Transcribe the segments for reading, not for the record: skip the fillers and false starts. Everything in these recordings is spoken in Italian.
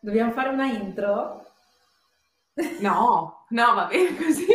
Dobbiamo fare una intro? No, no, va bene così.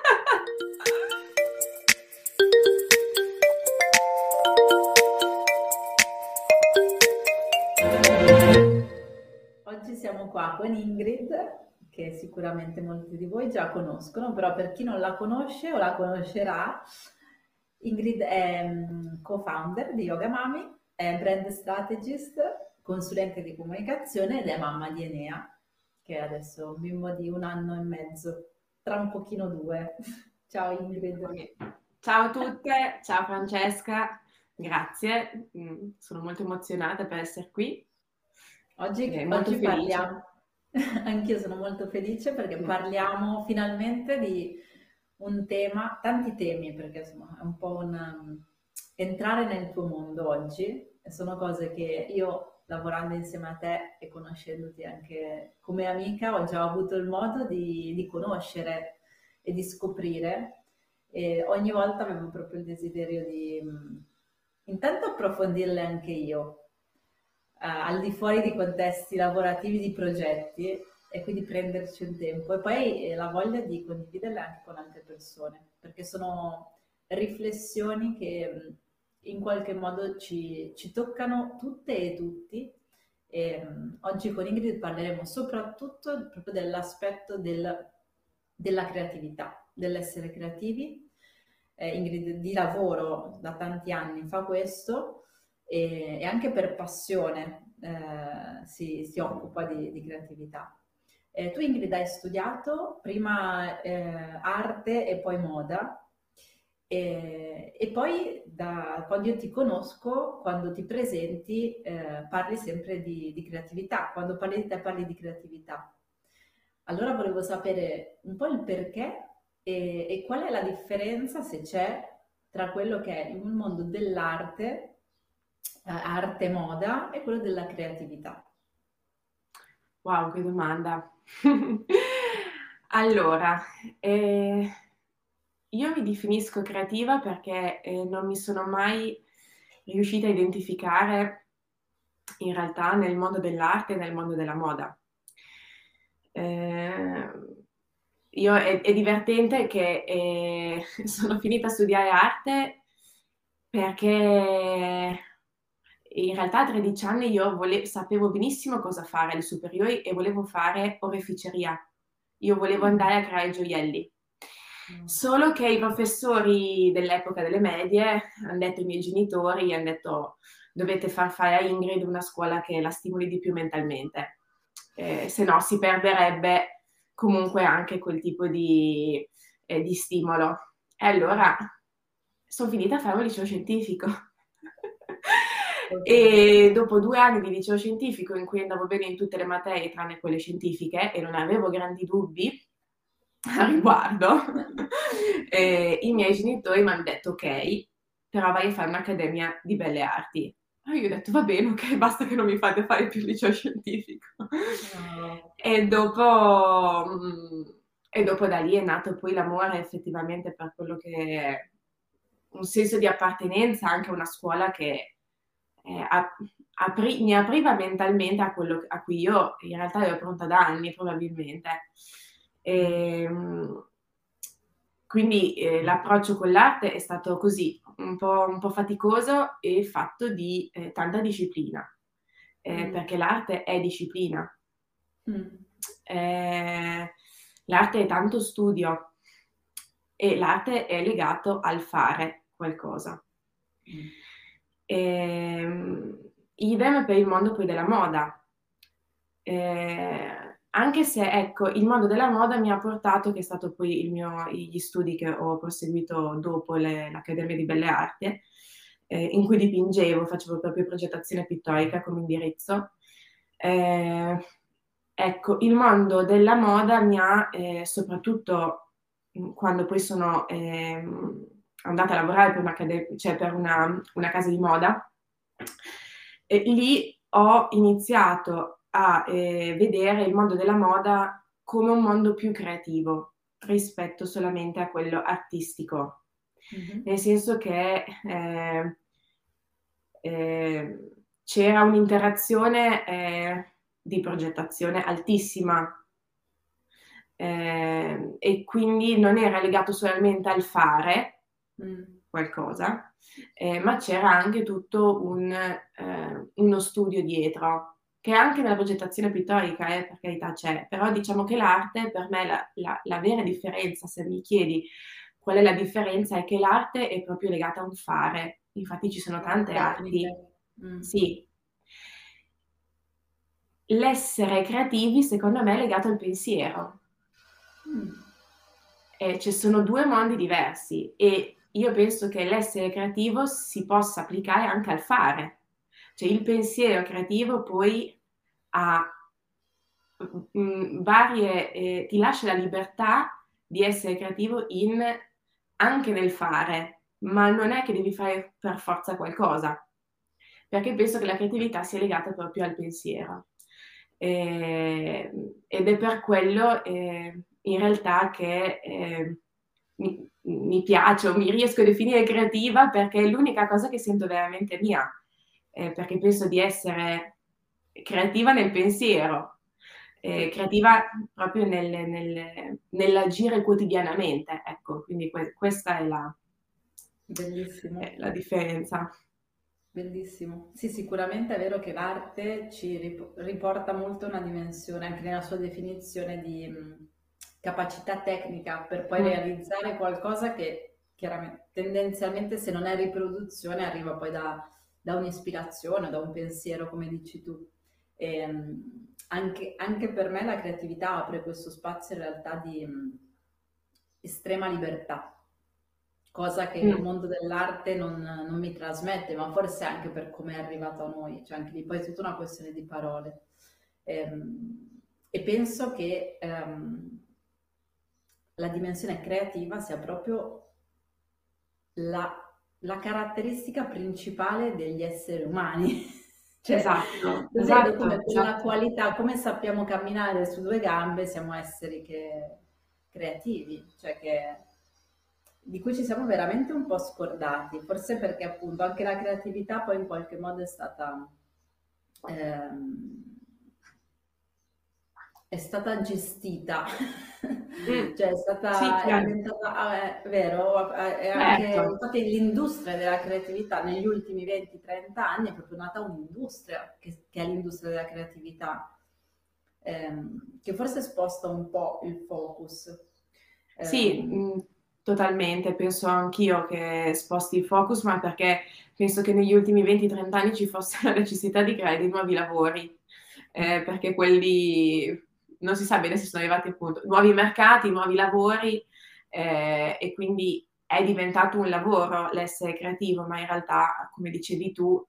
Oggi siamo qua con Ingrid, che sicuramente molti di voi già conoscono, però per chi non la conosce o la conoscerà, Ingrid è co-founder di Yoga Mami, è brand strategist, consulente di comunicazione ed è mamma di Enea, che è adesso un bimbo di 1 anno e mezzo, tra un pochino due. Ciao Ingrid. Ok. Ciao a tutte, ciao Francesca, grazie, sono molto emozionata per essere qui e molto Oggi felice. parliamo, anch'io sono molto felice perché Mm. parliamo finalmente di un tema, tanti temi, perché insomma è un po' entrare nel tuo mondo oggi, e sono cose che io lavorando insieme a te e conoscendoti anche come amica ho già avuto il modo di conoscere e di scoprire e ogni volta avevo proprio il desiderio di intanto approfondirle anche io al di fuori di contesti lavorativi, di progetti e quindi prenderci un tempo e poi la voglia di condividerle anche con altre persone, perché sono riflessioni che in qualche modo ci toccano tutte e tutti. E, oggi con Ingrid parleremo soprattutto proprio dell'aspetto della creatività, dell'essere creativi. Ingrid di lavoro da tanti anni fa questo e anche per passione si occupa di creatività. Tu Ingrid hai studiato prima arte e poi moda e poi da quando io ti conosco, quando ti presenti, parli sempre di creatività. Quando parli di te parli di creatività. Allora volevo sapere un po' il perché e qual è la differenza, se c'è, tra quello che è il mondo dell'arte, arte moda, e quello della creatività. Wow, che domanda. Allora, eh, io mi definisco creativa perché non mi sono mai riuscita a identificare in realtà nel mondo dell'arte e nel mondo della moda. Eh, è divertente che sono finita a studiare arte perché in realtà a 13 anni sapevo benissimo cosa fare alle superiori e volevo fare oreficeria. Io volevo Mm. andare a creare gioielli. No. Solo che i professori dell'epoca delle medie hanno detto ai miei genitori, hanno detto dovete far fare a Ingrid una scuola che la stimoli di più mentalmente, se no si perderebbe comunque anche quel tipo di stimolo. E allora sono finita a fare un liceo scientifico. Ok. E dopo 2 anni di liceo scientifico in cui andavo bene in tutte le materie tranne quelle scientifiche e non avevo grandi dubbi a riguardo, i miei genitori mi hanno detto ok, però vai a fare un'accademia di belle arti. E io ho detto va bene, ok, basta che non mi fate fare più il liceo scientifico. No. E dopo, e dopo da lì è nato poi l'amore effettivamente per quello che è un senso di appartenenza anche a una scuola che mi apriva mentalmente a quello a cui io in realtà ero pronta da anni probabilmente. Mm. E, quindi l'approccio con l'arte è stato così, un po' faticoso e fatto di tanta disciplina, Mm. perché l'arte è disciplina. Mm. Eh, L'arte è tanto studio e l'arte è legato al fare qualcosa. Mm. Idem per il mondo poi della moda. Anche se, ecco, il mondo della moda mi ha portato, che è stato poi gli studi che ho proseguito dopo l'Accademia di Belle Arti, in cui dipingevo, facevo proprio progettazione pittorica come indirizzo. Eh, ecco, il mondo della moda mi ha, soprattutto quando poi sono andata a lavorare per cioè per una casa di moda, lì ho iniziato a vedere il mondo della moda come un mondo più creativo rispetto solamente a quello artistico, Mhm. nel senso che c'era un'interazione di progettazione altissima. E quindi non era legato solamente al fare qualcosa, ma c'era anche tutto uno studio dietro, che anche nella progettazione pittorica, per carità c'è, però diciamo che l'arte, per me, la vera differenza, se mi chiedi qual è la differenza, è che l'arte è proprio legata a un fare. Infatti ci sono tante arti. Sì. L'essere creativi, secondo me, è legato al pensiero. Ci sono due mondi diversi e io penso che l'essere creativo si possa applicare anche al fare. Cioè il pensiero creativo poi ha varie, ti lascia la libertà di essere creativo anche nel fare, ma non è che devi fare per forza qualcosa, perché penso che la creatività sia legata proprio al pensiero. Ed è per quello in realtà che mi piace o mi riesco a definire creativa, perché è l'unica cosa che sento veramente mia, perché penso di essere creativa nel pensiero, creativa proprio nell'agire quotidianamente, ecco, quindi questa è la differenza. Bellissimo. Sì, sicuramente è vero che l'arte ci riporta molto una dimensione, anche nella sua definizione di capacità tecnica per poi realizzare qualcosa che chiaramente, tendenzialmente, se non è riproduzione, arriva poi da un'ispirazione, da un pensiero, come dici tu. E, anche per me la creatività apre questo spazio in realtà di estrema libertà, cosa che il mondo dell'arte non mi trasmette, ma forse anche per come è arrivato a noi, cioè anche lì poi è tutta una questione di parole. E penso che la dimensione creativa sia proprio la caratteristica principale degli esseri umani. Cioè, esatto, come quella esatto. qualità, come sappiamo camminare su due gambe, siamo esseri creativi, cioè di cui ci siamo veramente un po' scordati, forse perché appunto anche la creatività poi in qualche modo è stata gestita, cioè è diventata, vero, è anche, infatti l'industria della creatività negli ultimi 20-30 anni è proprio nata un'industria che è l'industria della creatività, che forse sposta un po' il focus. Sì, totalmente, penso anch'io che sposti il focus, ma perché penso che negli ultimi 20-30 anni ci fosse la necessità di creare dei nuovi lavori, perché quelli non si sa bene se sono arrivati appunto nuovi mercati, nuovi lavori, e quindi è diventato un lavoro l'essere creativo, ma in realtà, come dicevi tu,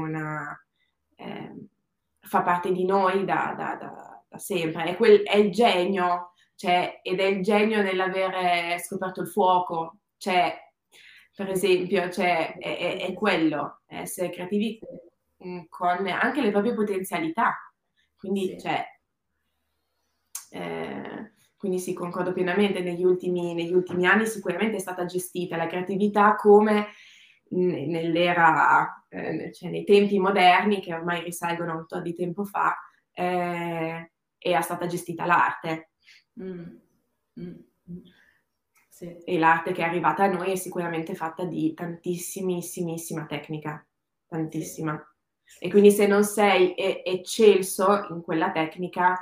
fa parte di noi da sempre, è il genio. Cioè, ed è il genio nell'avere scoperto il fuoco, cioè, per esempio, cioè, è quello, essere creativi con anche le proprie potenzialità. Quindi, cioè, quindi sì, concordo pienamente, negli ultimi anni sicuramente è stata gestita la creatività come nell'era, cioè nei tempi moderni, che ormai risalgono a un po' di tempo fa, è stata gestita l'arte. Sì. E l'arte che è arrivata a noi è sicuramente fatta di tantissimissima tecnica, tantissima. Sì. E quindi se non sei eccelso in quella tecnica,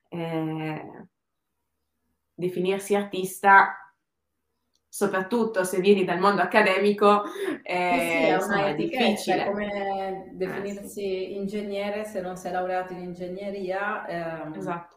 definirsi artista, soprattutto se vieni dal mondo accademico, è insomma, una è difficile. È come definirsi ingegnere se non sei laureato in ingegneria. Esatto.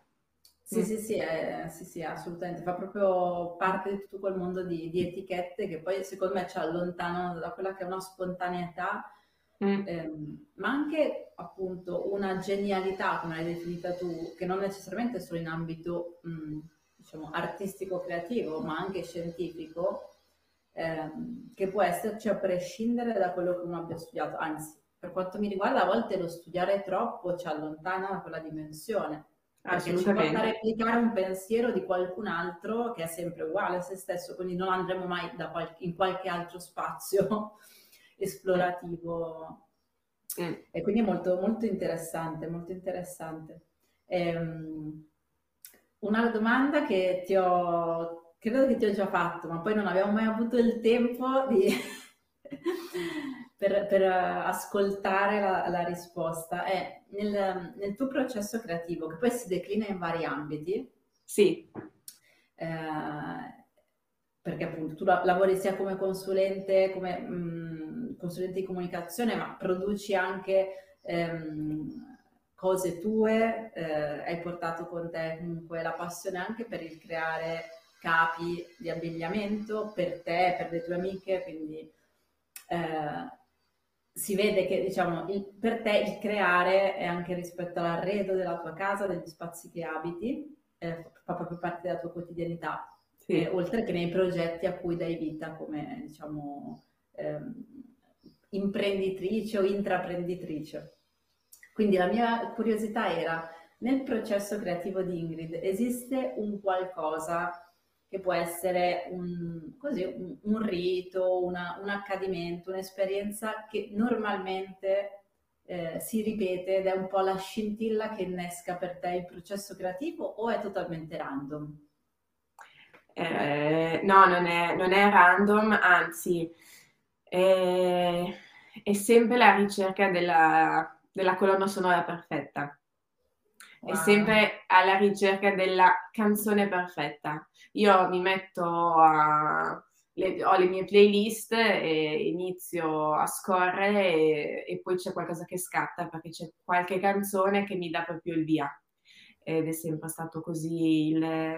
Sì, assolutamente. Fa proprio parte di tutto quel mondo di etichette che poi secondo me ci allontanano da quella che è una spontaneità, ma anche appunto una genialità, come l'hai definita tu, che non necessariamente è solo in ambito diciamo artistico-creativo, ma anche scientifico, che può esserci a prescindere da quello che uno abbia studiato. Anzi, per quanto mi riguarda, a volte lo studiare troppo ci allontana da quella dimensione. Perché ci porta a replicare un pensiero di qualcun altro che è sempre uguale a se stesso, quindi non andremo mai in qualche altro spazio esplorativo. E quindi è molto, molto interessante, molto interessante. Una domanda che credo che ti ho già fatto, ma poi non abbiamo mai avuto il tempo per ascoltare la risposta. È nel tuo processo creativo, che poi si declina in vari ambiti, Sì, perché appunto tu lavori sia come consulente, come consulente di comunicazione, ma produci anche cose tue, hai portato con te comunque la passione anche per il creare capi di abbigliamento per te, per le tue amiche, quindi si vede che diciamo per te il creare è anche rispetto all'arredo della tua casa, degli spazi che abiti, fa proprio parte della tua quotidianità, sì. oltre che nei progetti a cui dai vita come diciamo imprenditrice o intraprenditrice. Quindi la mia curiosità era, nel processo creativo di Ingrid, esiste un qualcosa che può essere un rito, un accadimento, un'esperienza che normalmente si ripete ed è un po' la scintilla che innesca per te il processo creativo o è totalmente random? No, non è random, anzi, è sempre la ricerca della colonna sonora perfetta. È Wow. sempre alla ricerca della canzone perfetta. Io mi metto ho le mie playlist e inizio a scorrere e poi c'è qualcosa che scatta perché c'è qualche canzone che mi dà proprio il via. Ed è sempre stato così.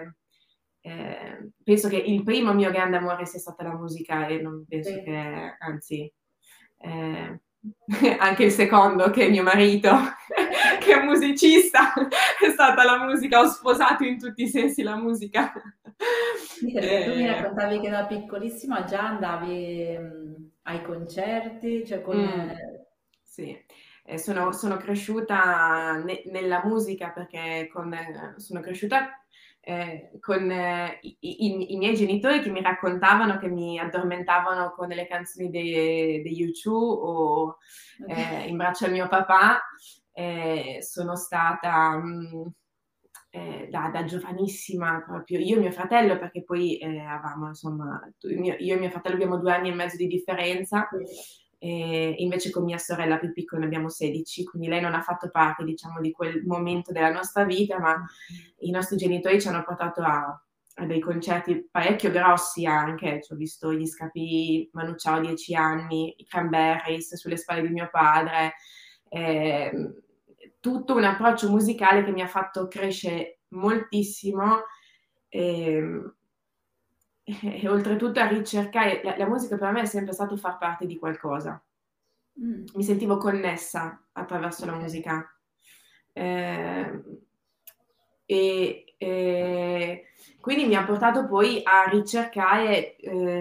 Penso che il primo mio grande amore sia stata la musica e non penso Sì. che, anzi, eh, anche il secondo, che è mio marito, che è un musicista, è stata la musica, ho sposato in tutti i sensi la musica. Sì, perché tu mi raccontavi che da piccolissima già andavi ai concerti, cioè con... Mm, sì. Sono cresciuta nella musica perché sono cresciuta con i miei genitori che mi raccontavano che mi addormentavano con le canzoni degli U2 o Ok. in braccio al mio papà. Sono stata da giovanissima proprio, io e mio fratello, perché poi avevamo, insomma, io e mio fratello abbiamo 2 anni e mezzo di differenza, Sì. e invece con mia sorella più piccola ne abbiamo 16, quindi lei non ha fatto parte, diciamo, di quel momento della nostra vita, ma i nostri genitori ci hanno portato a dei concerti parecchio grossi anche, ci ho visto gli Scapi, Manu Chao 10 anni, i Cranberries sulle spalle di mio padre, eh, tutto un approccio musicale che mi ha fatto crescere moltissimo e, e oltretutto a ricercare, la musica per me è sempre stato far parte di qualcosa. Mm, Mi sentivo connessa attraverso la ok. musica. Eh, quindi mi ha portato poi a ricercare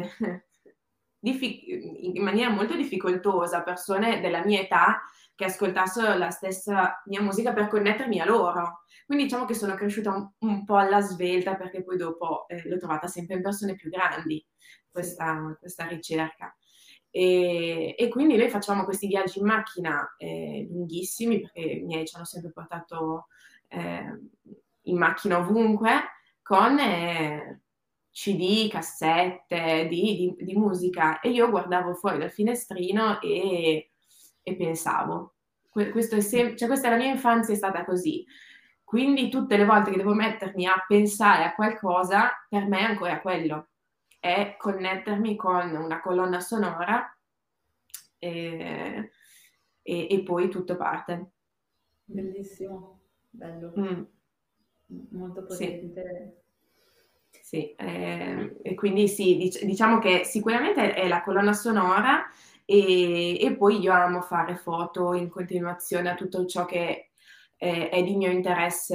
in maniera molto difficoltosa persone della mia età che ascoltassero la stessa mia musica per connettermi a loro. Quindi diciamo che sono cresciuta un po' alla svelta perché poi dopo l'ho trovata sempre in persone più grandi Sì. questa ricerca. E quindi noi facciamo questi viaggi in macchina lunghissimi perché i miei ci hanno sempre portato eh, in macchina ovunque con CD, cassette di musica e io guardavo fuori dal finestrino e pensavo. Cioè, questa è la mia infanzia, è stata così. Quindi tutte le volte che devo mettermi a pensare a qualcosa, per me è ancora quello, è connettermi con una colonna sonora e, e poi tutto parte. Bellissimo, bello, Mm, molto sì. potente. Sì, e quindi sì, diciamo che sicuramente è la colonna sonora e poi io amo fare foto in continuazione a tutto ciò che è di mio interesse,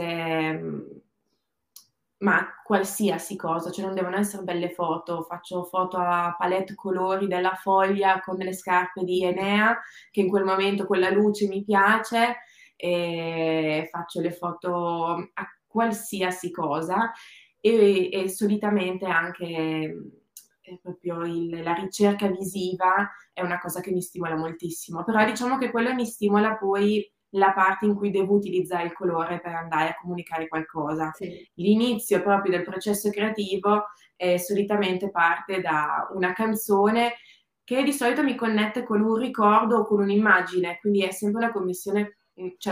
ma qualsiasi cosa, cioè non devono essere belle foto, faccio foto a palette colori della foglia con delle scarpe di Enea, che in quel momento quella luce mi piace, e faccio le foto a qualsiasi cosa e solitamente anche proprio la ricerca visiva è una cosa che mi stimola moltissimo, però diciamo che quello mi stimola poi la parte in cui devo utilizzare il colore per andare a comunicare qualcosa. Sì. L'inizio proprio del processo creativo solitamente parte da una canzone che di solito mi connette con un ricordo o con un'immagine, quindi è sempre una commissione, cioè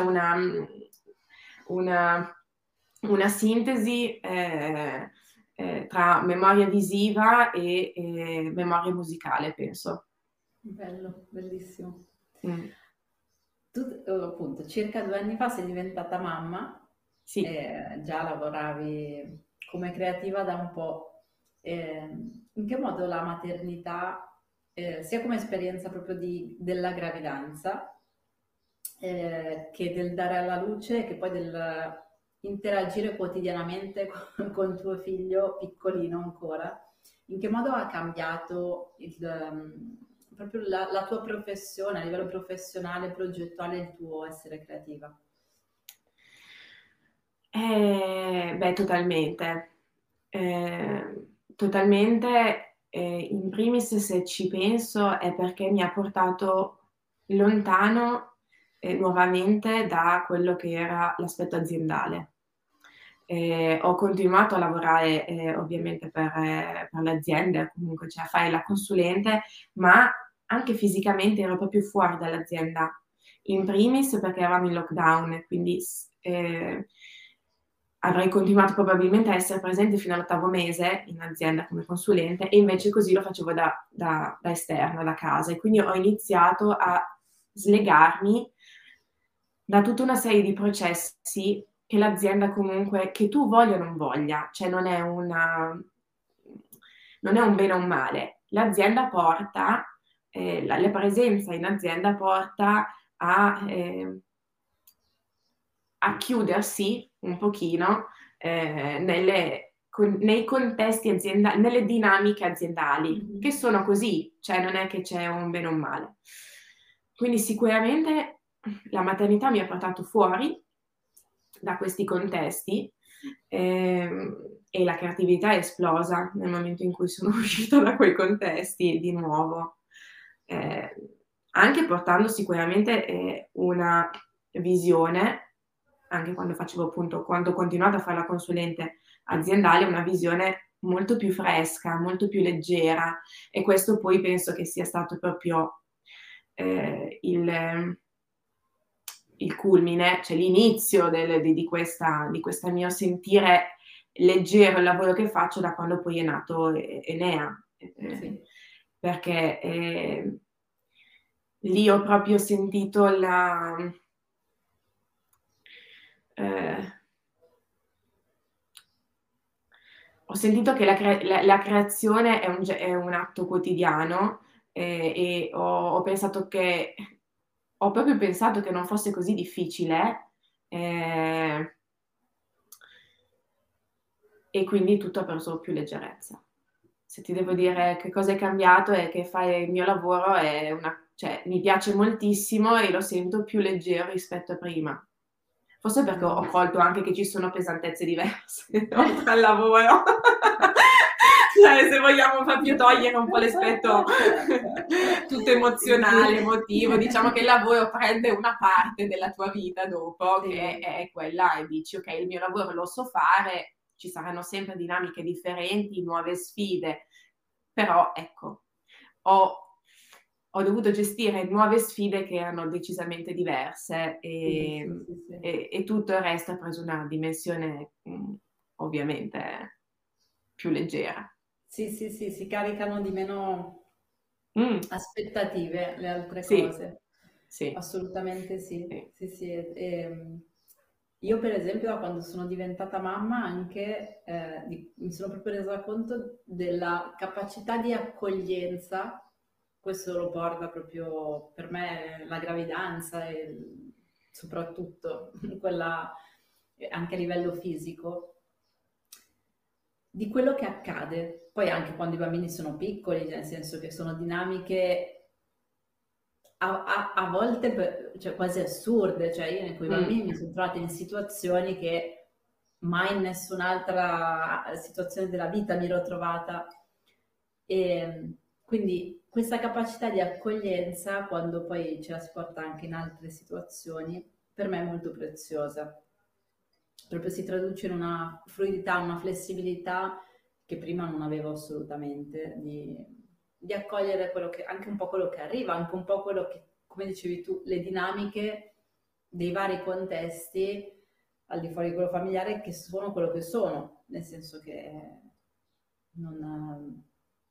una, una sintesi tra memoria visiva e memoria musicale, penso. Bello, bellissimo. Mm. Tu, appunto, circa 2 anni fa sei diventata mamma, Sì. già lavoravi come creativa da un po'. In che modo la maternità, sia come esperienza proprio della gravidanza, che del dare alla luce, che poi del interagire quotidianamente con tuo figlio piccolino ancora, in che modo ha cambiato proprio la tua professione, a livello professionale, progettuale, il tuo essere creativa? Beh, totalmente. Totalmente, in primis se ci penso è perché mi ha portato lontano nuovamente da quello che era l'aspetto aziendale. Ho continuato a lavorare ovviamente per l'azienda, comunque cioè a fare la consulente, ma anche fisicamente ero proprio fuori dall'azienda. In primis perché eravamo in lockdown, quindi avrei continuato probabilmente a essere presente fino all'8° mese in azienda come consulente e invece così lo facevo da esterna, da casa. E quindi ho iniziato a slegarmi da tutta una serie di processi che l'azienda comunque, che tu voglia o non voglia, cioè non è un bene o un male. L'azienda porta, la presenza in azienda porta a chiudersi un pochino nei contesti aziendali, nelle dinamiche aziendali, che Mhm. sono così, cioè non è che c'è un bene o un male. Quindi sicuramente la maternità mi ha portato fuori da questi contesti e la creatività è esplosa nel momento in cui sono uscita da quei contesti di nuovo, eh, anche portando sicuramente una visione, anche quando facevo appunto, quando ho continuato a fare la consulente aziendale, una visione molto più fresca, molto più leggera e questo poi penso che sia stato proprio il culmine, cioè l'inizio di questo mio sentire leggero il lavoro che faccio da quando poi è nato Enea. Sì. Perché lì ho proprio sentito eh, ho sentito che la creazione è un atto quotidiano e ho pensato che ho proprio pensato che non fosse così difficile e quindi tutto ha preso più leggerezza. Se ti devo dire che cosa è cambiato è che fare il mio lavoro cioè, mi piace moltissimo e lo sento più leggero rispetto a prima. Forse perché ho Bellissimo. colto anche che ci sono pesantezze diverse oltre al lavoro. Cioè, se vogliamo proprio togliere un po' l'aspetto tutto Sì, emozionale, sì. emotivo, diciamo che il lavoro prende una parte della tua vita dopo, che Sì. è quella, e dici, ok, il mio lavoro lo so fare, ci saranno sempre dinamiche differenti, nuove sfide, però ecco, ho, ho dovuto gestire nuove sfide che erano decisamente diverse Sì, sì, sì, sì. e tutto il resto ha preso una dimensione ovviamente più leggera. Sì, sì, sì, si caricano di meno Mm, aspettative le altre sì, cose. sì, Assolutamente sì. sì. Sì, sì. Io per esempio da quando sono diventata mamma anche mi sono proprio resa conto della capacità di accoglienza, questo lo porta proprio per me la gravidanza e soprattutto quella anche a livello fisico, di quello che accade. Poi anche quando i bambini sono piccoli, nel senso che sono dinamiche a volte cioè, quasi assurde, cioè io con i Mm, bambini mi sono trovata in situazioni che mai in nessun'altra situazione della vita mi ero trovata. E quindi questa capacità di accoglienza, quando poi ce la si porta anche in altre situazioni, per me è molto preziosa. Proprio si traduce in una fluidità, una flessibilità che prima non avevo assolutamente, di accogliere quello che, anche un po' quello che arriva, anche un po' quello che, come dicevi tu, le dinamiche dei vari contesti al di fuori di quello familiare che sono quello che sono, nel senso che non,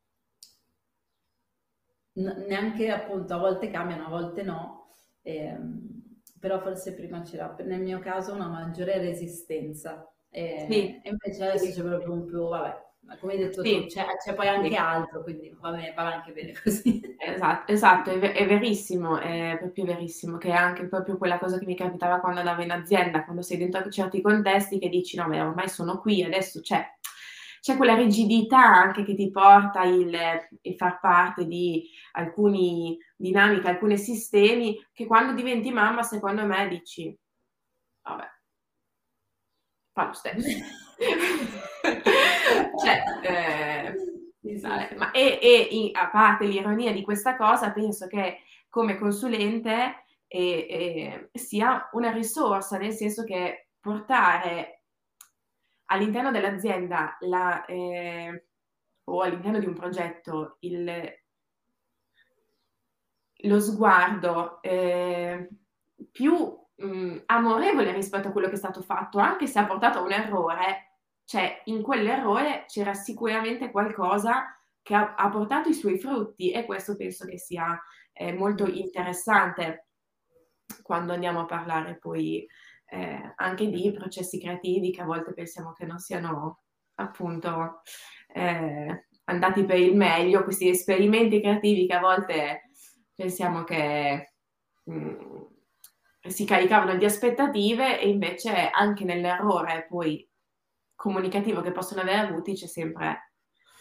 neanche appunto a volte cambiano, a volte no, però forse prima c'era, nel mio caso, una maggiore resistenza Sì, e invece adesso sì, c'è proprio un più, vabbè, come hai detto tu, sì, c'è poi anche sì. altro, quindi va anche bene così. Esatto, esatto, è verissimo, è proprio verissimo, che è anche proprio quella cosa che mi capitava quando andavo in azienda, quando sei dentro certi contesti che dici no, ma ormai sono qui, adesso c'è quella rigidità anche che ti porta il far parte di alcune dinamiche, alcuni sistemi, che quando diventi mamma, secondo me, dici, vabbè, fa lo stesso. Cioè, Sì, sì, vabbè, sì. a parte l'ironia di questa cosa, penso che come consulente sia una risorsa, nel senso che portare all'interno dell'azienda o all'interno di un progetto lo sguardo più amorevole rispetto a quello che è stato fatto, anche se ha portato a un errore, cioè in quell'errore c'era sicuramente qualcosa che ha portato i suoi frutti, e questo penso che sia molto interessante quando andiamo a parlare poi anche di processi creativi che a volte pensiamo che non siano appunto andati per il meglio, questi esperimenti creativi che a volte pensiamo che si caricavano di aspettative, e invece anche nell'errore poi comunicativo che possono aver avuti c'è sempre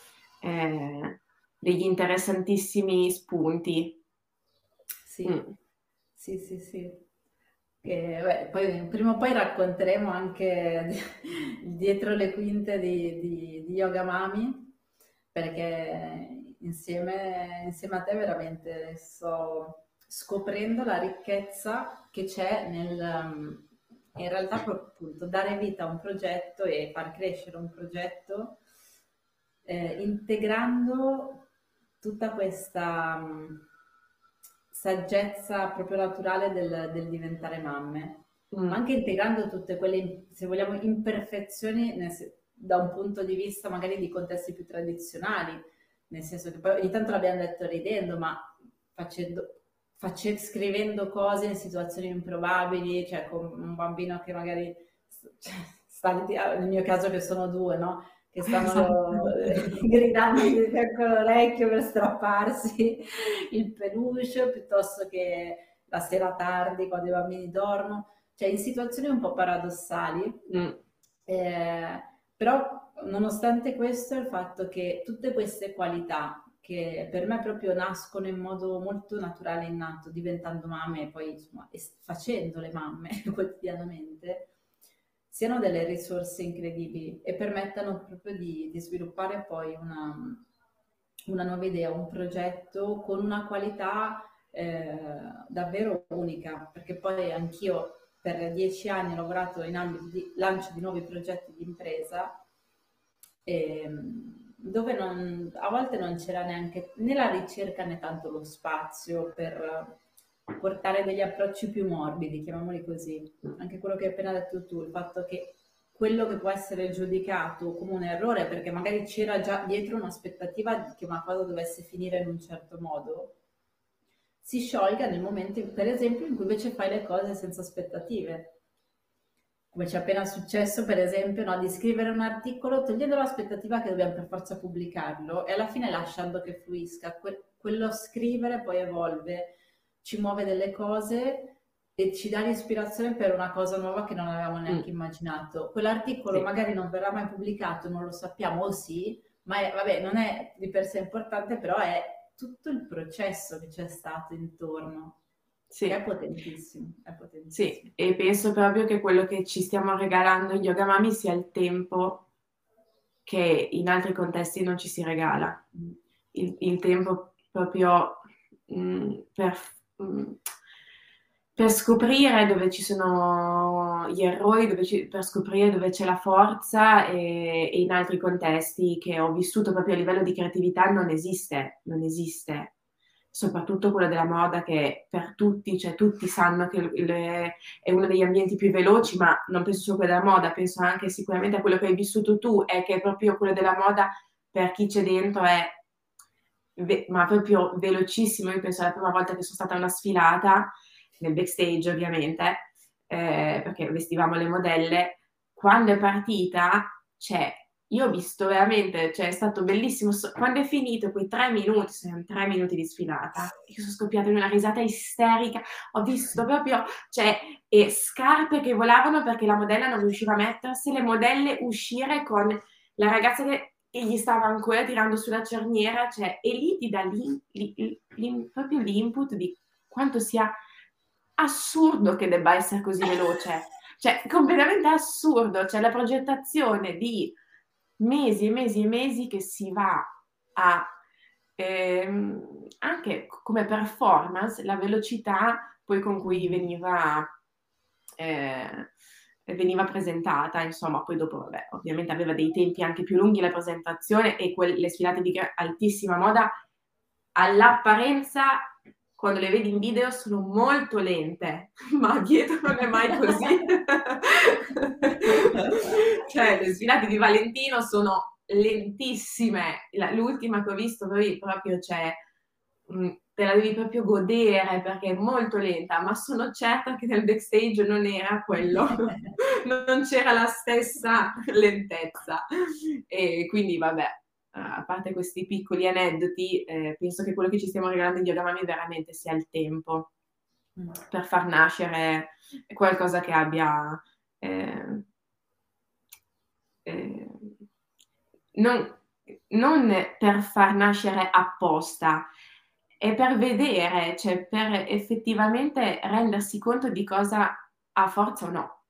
degli interessantissimi spunti. Sì, Mm. sì, sì, sì. Che, beh, poi prima o poi racconteremo anche dietro le quinte di Yoga Mami, perché insieme a te veramente sto scoprendo la ricchezza che c'è in realtà proprio appunto dare vita a un progetto e far crescere un progetto integrando tutta questa saggezza proprio naturale del diventare mamme, ma Mm. anche integrando tutte quelle, se vogliamo, imperfezioni da un punto di vista magari di contesti più tradizionali, nel senso che poi ogni tanto l'abbiamo detto ridendo, ma scrivendo cose in situazioni improbabili, cioè con un bambino che magari cioè, nel mio caso che sono due, no? Che stanno Esatto. gridando di fianco all'orecchio per strapparsi il peluche, piuttosto che la sera tardi quando i bambini dormono, cioè in situazioni un po' paradossali, Mm. eh, però nonostante questo il fatto che tutte queste qualità che per me proprio nascono in modo molto naturale e innato, diventando mamme e poi insomma, facendo le mamme quotidianamente, siano delle risorse incredibili e permettano proprio di sviluppare poi una nuova idea, un progetto con una qualità davvero unica, perché poi anch'io per 10 anni ho lavorato in ambito di lancio di nuovi progetti di impresa, dove a volte non c'era neanche né la ricerca né tanto lo spazio per portare degli approcci più morbidi, chiamiamoli così. Anche quello che hai appena detto tu, il fatto che quello che può essere giudicato come un errore, perché magari c'era già dietro un'aspettativa che una cosa dovesse finire in un certo modo, si sciolga nel momento, per esempio, in cui invece fai le cose senza aspettative. Come ci è appena successo, per esempio, no, di scrivere un articolo togliendo l'aspettativa che dobbiamo per forza pubblicarlo e alla fine lasciando che fluisca. Quello scrivere poi evolve, ci muove delle cose e ci dà l'ispirazione per una cosa nuova che non avevamo neanche Mm. immaginato. Quell'articolo Sì, magari non verrà mai pubblicato, non lo sappiamo, o sì, ma vabbè, non è di per sé importante, però è tutto il processo che c'è stato intorno, che è sì, potentissimo, è sì, potentissimo. e penso proprio che quello che ci stiamo regalando in Yoga Mami sia il tempo che in altri contesti non ci si regala. Il tempo proprio per, mm, per scoprire dove ci sono gli errori, per scoprire dove c'è la forza e in altri contesti che ho vissuto proprio a livello di creatività non esiste, non esiste. Soprattutto quello della moda che per tutti, cioè tutti sanno che è uno degli ambienti più veloci, ma non penso solo a quello della moda, penso anche sicuramente a quello che hai vissuto tu, è che proprio quello della moda per chi c'è dentro è ma proprio velocissimo. Io penso alla prima volta che sono stata a una sfilata, nel backstage ovviamente, perché vestivamo le modelle, quando è partita, cioè, io ho visto veramente, cioè, è stato bellissimo. Quando è finito, quei 3 minuti, sono 3 minuti di sfilata, io sono scoppiata in una risata isterica, ho visto proprio, cioè, e scarpe che volavano perché la modella non riusciva a mettersi, le modelle uscire con la ragazza che gli stava ancora tirando sulla cerniera, cioè, e lì ti dà proprio l'input di quanto sia assurdo che debba essere così veloce, cioè completamente assurdo, cioè la progettazione di mesi e mesi e mesi che si va a anche come performance, la velocità poi con cui veniva presentata, insomma, poi dopo, vabbè, ovviamente aveva dei tempi anche più lunghi la presentazione e le sfilate di altissima moda all'apparenza, quando le vedi in video, sono molto lente, ma dietro non è mai così. Cioè, le sfilate di Valentino sono lentissime. L'ultima che ho visto poi proprio c'è, te la devi proprio godere perché è molto lenta, ma sono certa che nel backstage non era quello, non c'era la stessa lentezza. E quindi vabbè, a parte questi piccoli aneddoti, penso che quello che ci stiamo regalando in Yoga Mami veramente sia il tempo per far nascere qualcosa che abbia eh, non, non per far nascere apposta, è per vedere, cioè per effettivamente rendersi conto di cosa ha forza o no.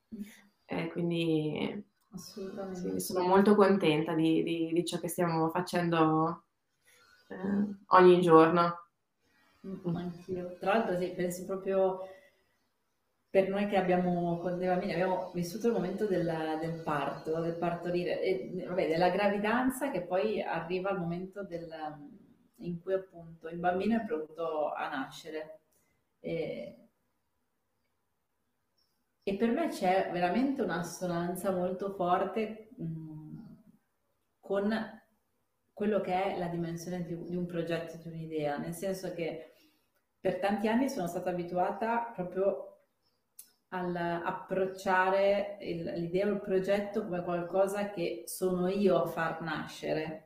Quindi sì, Assolutamente. sono molto contenta di ciò che stiamo facendo ogni giorno. Anch'io. Tra l'altro, sì, pensi proprio per noi che abbiamo con dei bambini, abbiamo vissuto il momento del parto, del partorire, e vabbè, della gravidanza che poi arriva il momento in cui appunto il bambino è pronto a nascere. E, e per me c'è veramente un'assonanza molto forte, con quello che è la dimensione di un progetto, di un'idea, nel senso che per tanti anni sono stata abituata proprio all'approcciare l'idea o il progetto come qualcosa che sono io a far nascere.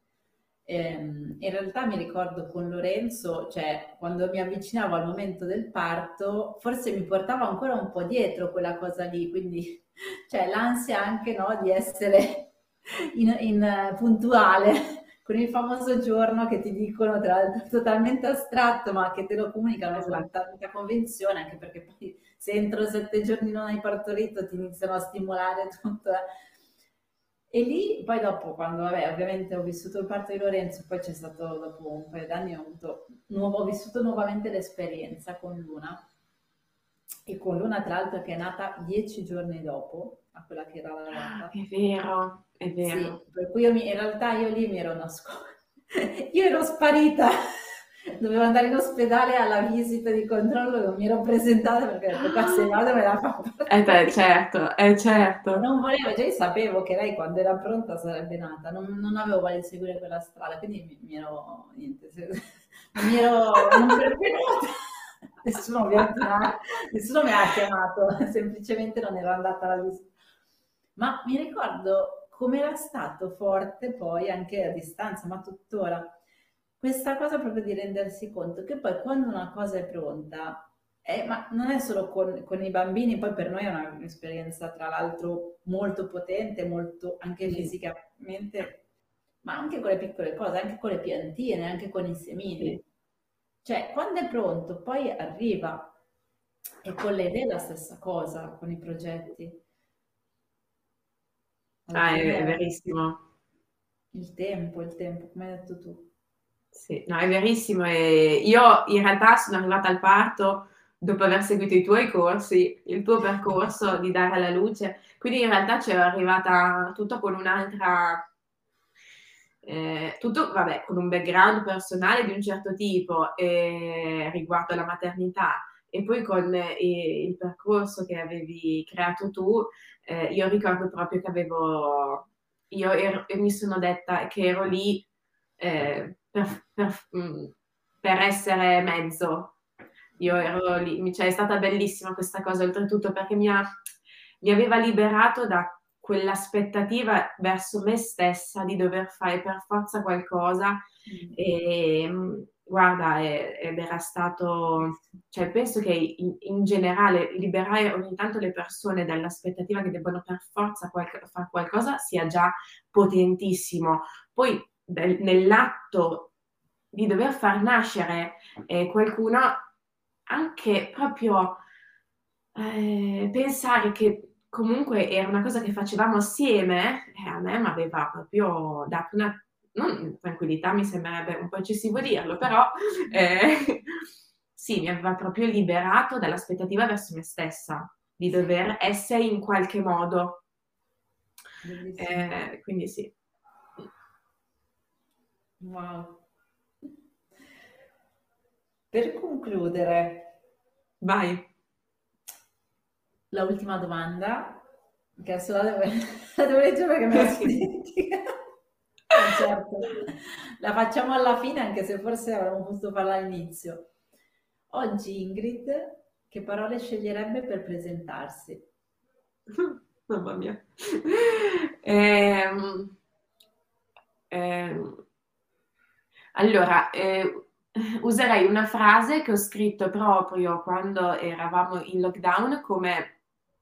In realtà mi ricordo con Lorenzo, cioè quando mi avvicinavo al momento del parto, forse mi portava ancora un po' dietro quella cosa lì, quindi cioè l'ansia anche no, di essere puntuale con il famoso giorno che ti dicono, tra l'altro totalmente astratto, ma che te lo comunicano con Esatto. tanta convinzione, anche perché poi se entro 7 giorni non hai partorito ti iniziano a stimolare tutto. E lì, poi dopo, quando vabbè, ovviamente ho vissuto il parto di Lorenzo, poi c'è stato, dopo un paio d'anni, ho vissuto nuovamente l'esperienza con Luna, e con Luna tra l'altro che è nata 10 giorni dopo a quella che era la data. È vero, è Sì, vero. per cui in realtà io lì mi ero nascosta, io ero sparita, dovevo andare in ospedale alla visita di controllo, non mi ero presentata perché ho detto qua se vado me la fa Beh, partire. certo, certo. Non volevo, già io sapevo che lei quando era pronta sarebbe nata, non avevo voglia di seguire quella strada, quindi mi ero, niente, mi ero non pervenuta, nessuno ovviamente nessuno mi ha chiamato, semplicemente non ero andata alla visita. Ma mi ricordo come era stato forte poi anche a distanza, ma tuttora, questa cosa proprio di rendersi conto che poi quando una cosa è pronta, ma non è solo con i bambini, poi per noi è un'esperienza tra l'altro molto potente, molto anche Sì, fisicamente, ma anche con le piccole cose, anche con le piantine, anche con i semini. sì. Cioè, quando è pronto, poi arriva. E con le idee è la stessa cosa, con i progetti. Alla Ah, è fine verissimo. il tempo, come hai detto tu. Sì, no, è verissimo. E io in realtà sono arrivata al parto dopo aver seguito i tuoi corsi, il tuo percorso di dare alla luce. Quindi in realtà c'ero arrivata tutto con un'altra, tutto vabbè, con un background personale di un certo tipo riguardo alla maternità e poi con il percorso che avevi creato tu, io ricordo proprio che mi sono detta che ero lì per essere mezzo. Io ero lì, cioè è stata bellissima questa cosa, oltretutto perché mi aveva liberato da quell'aspettativa verso me stessa di dover fare per forza qualcosa e guarda, ed era stato, cioè penso che in generale liberare ogni tanto le persone dall'aspettativa che debbano per forza fare qualcosa sia già potentissimo. Poi nell'atto di dover far nascere qualcuno, anche proprio pensare che comunque era una cosa che facevamo assieme, a me mi aveva proprio dato una, non tranquillità, mi sembrerebbe un po' eccessivo dirlo, però sì, mi aveva proprio liberato dall'aspettativa verso me stessa, di dover essere in qualche modo. Quindi sì. Wow. Per concludere, vai. La ultima domanda, che adesso la devo leggere perché me la sono dimenticata. Certo, la facciamo alla fine anche se forse avremmo potuto farla all'inizio. Oggi Ingrid, che parole sceglierebbe per presentarsi? Mamma mia. Allora, userei una frase che ho scritto proprio quando eravamo in lockdown come...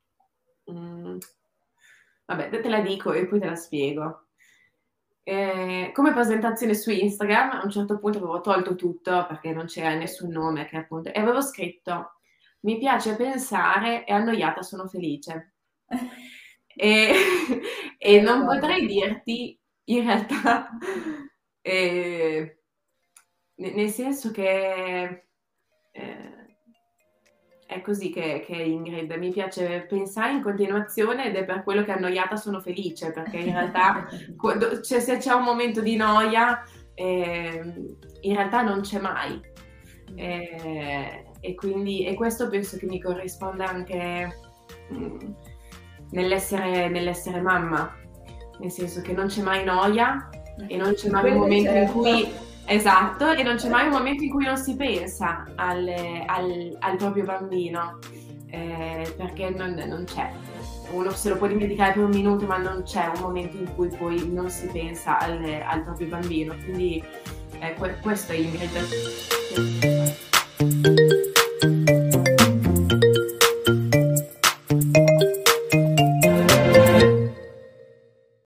vabbè, te la dico e poi te la spiego. Come presentazione su Instagram, a un certo punto avevo tolto tutto perché non c'era nessun nome, che appunto, e avevo scritto: mi piace pensare e annoiata sono felice. E non potrei dirti in realtà, nel senso che è così che Ingrid, mi piace pensare in continuazione ed è per quello che annoiata sono felice, perché in realtà se c'è un momento di noia, in realtà non c'è mai. E quindi questo penso che mi corrisponda anche nell'essere mamma, nel senso che non c'è mai noia e non c'è mai un momento in cui... Esatto, e non c'è mai un momento in cui non si pensa al proprio bambino, perché non c'è. Uno se lo può dimenticare per un minuto, ma non c'è un momento in cui poi non si pensa al proprio bambino. Quindi questo è Ingrid.